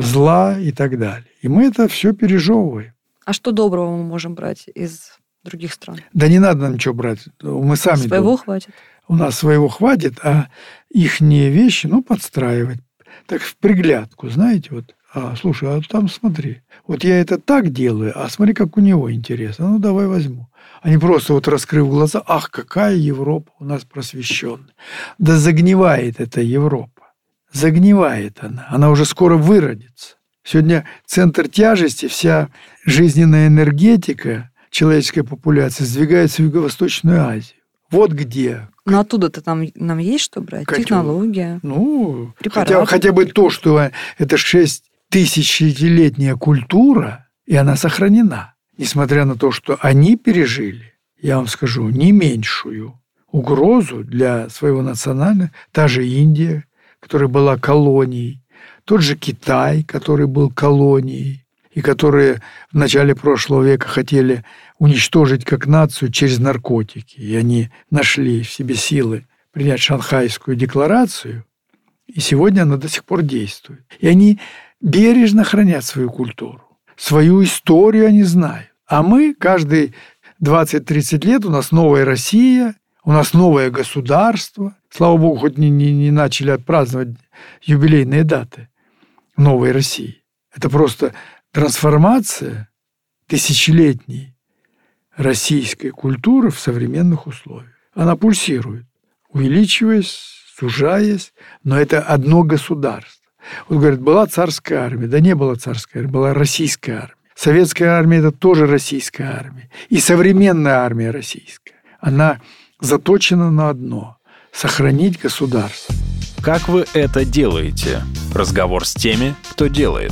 зла и так далее. И мы это все пережевываем. А что доброго мы можем брать из других стран? Да не надо нам ничего брать. Мы сами Своего думаем. хватит. У нас своего хватит, а ихние вещи, ну, подстраивать. Так в приглядку, знаете, вот. А, слушай, а там смотри. Вот я это так делаю, а смотри, как у него интересно. Ну, давай возьму. А не просто вот раскрыв глаза, ах, какая Европа у нас просвещенная. Да загнивает эта Европа. Загнивает она. Она уже скоро выродится. Сегодня центр тяжести, вся жизненная энергетика человеческой популяции сдвигается в Юго-Восточную Азию. Вот где. Но оттуда-то там, нам есть что брать? Котел. Технология. Ну, препараты. хотя, хотя бы то, что это шесть тысячелетняя культура, и она сохранена. Несмотря на то, что они пережили, я вам скажу, не меньшую угрозу для своего национального, та же Индия, которая была колонией, тот же Китай, который был колонией, и которые в начале прошлого века хотели уничтожить как нацию через наркотики. И они нашли в себе силы принять Шанхайскую декларацию, и сегодня она до сих пор действует. И они бережно хранят свою культуру, свою историю они знают. А мы каждые двадцать-тридцать лет у нас новая Россия, у нас новое государство. Слава богу, хоть не, не, не начали отпраздновать юбилейные даты новой России. Это просто трансформация тысячелетней российской культуры в современных условиях. Она пульсирует, увеличиваясь, сужаясь, но это одно государство. Вот говорят, была царская армия. Да не была царская армия, была российская армия. Советская армия – это тоже российская армия. И современная армия российская. Она заточена на одно – сохранить государство. Как вы это делаете? Разговор с теми, кто делает.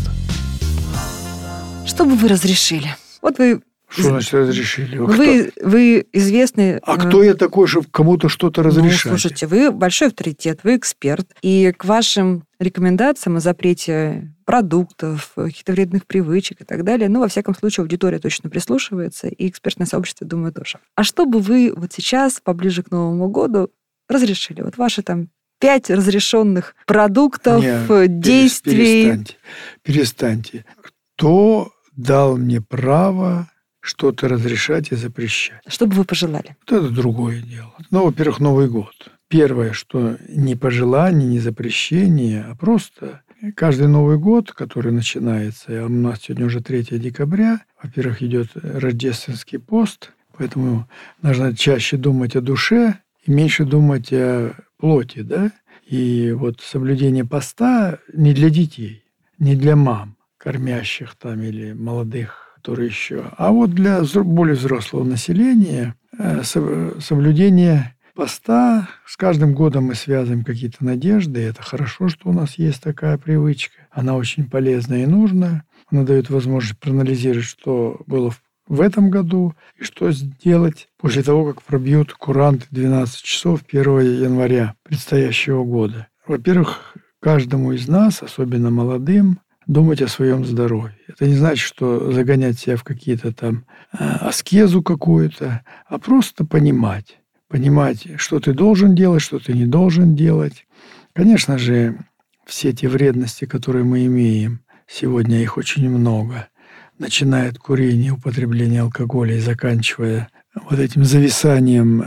Что бы вы разрешили? Вот вы... Что значит разрешили? Вы, вы, вы известный... А кто я такой, чтобы кому-то что-то разрешать? Ну, слушайте, вы большой авторитет, вы эксперт. И к вашим рекомендациям о запрете продуктов, каких-то вредных привычек и так далее, ну, во всяком случае, аудитория точно прислушивается, и экспертное сообщество, думаю, тоже. А что бы вы вот сейчас, поближе к Новому году, разрешили? Вот ваши там пять разрешенных продуктов, Нет, действий. Перестаньте, перестаньте. Кто дал мне право что-то разрешать и запрещать? Что бы вы пожелали? Вот это другое дело. Ну, во-первых, Новый год. Первое, что не пожелание, не запрещение, а просто каждый Новый год, который начинается, а у нас сегодня уже третьего декабря, во-первых, идет рождественский пост, поэтому нужно чаще думать о душе и меньше думать о плоти, да? И вот соблюдение поста не для детей, не для мам, кормящих там или молодых, которые еще, а вот для более взрослого населения соблюдение поста. С каждым годом мы связываем какие-то надежды, и это хорошо, что у нас есть такая привычка. Она очень полезна и нужна. Она дает возможность проанализировать, что было в этом году и что сделать после того, как пробьют куранты двенадцать часов первого января предстоящего года. Во-первых, каждому из нас, особенно молодым, думать о своем здоровье. Это не значит, что загонять себя в какие-то там аскезу какую-то, а просто понимать. Понимать, что ты должен делать, что ты не должен делать. Конечно же, все те вредности, которые мы имеем, сегодня их очень много, начиная от курения, употребления алкоголя и заканчивая вот этим зависанием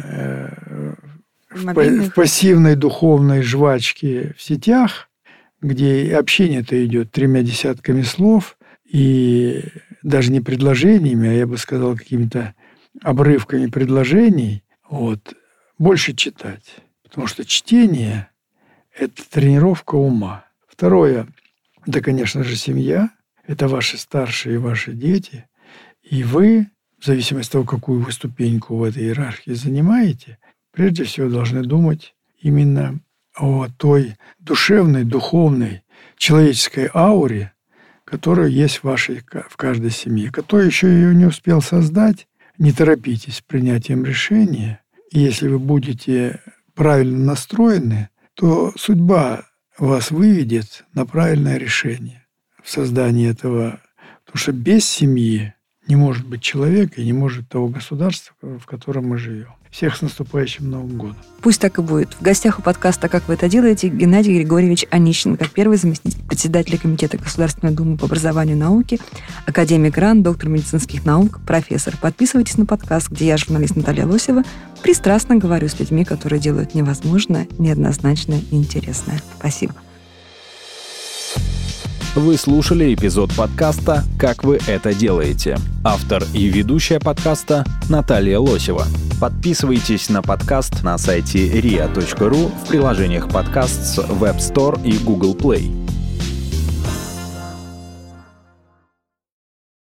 в пассивной духовной жвачке в сетях, где общение-то идет тремя десятками слов и даже не предложениями, а я бы сказал какими-то обрывками предложений, вот, больше читать. Потому что чтение – это тренировка ума. Второе – это, конечно же, семья. Это ваши старшие и ваши дети. И вы, в зависимости от того, какую вы ступеньку в этой иерархии занимаете, прежде всего должны думать именно о той душевной, духовной, человеческой ауре, которая есть в вашей, в каждой семье. Кто еще ее не успел создать, не торопитесь с принятием решения. И если вы будете правильно настроены, то судьба вас выведет на правильное решение в создании этого. Потому что без семьи не может быть человека и не может быть того государства, в котором мы живем. Всех с наступающим Новым годом. Пусть так и будет. В гостях у подкаста «Как вы это делаете» Геннадий Григорьевич Онищенко, первый заместитель председателя Комитета Государственной Думы по образованию и науке, академик РАН, доктор медицинских наук, профессор. Подписывайтесь на подкаст, где я, журналист Наталья Лосева, пристрастно говорю с людьми, которые делают невозможное, неоднозначное и интересное. Спасибо. Вы слушали эпизод подкаста «Как вы это делаете». Автор и ведущая подкаста Наталья Лосева. Подписывайтесь на подкаст на сайте риа точка ру, в приложениях подкаст с Web Store и Google Play.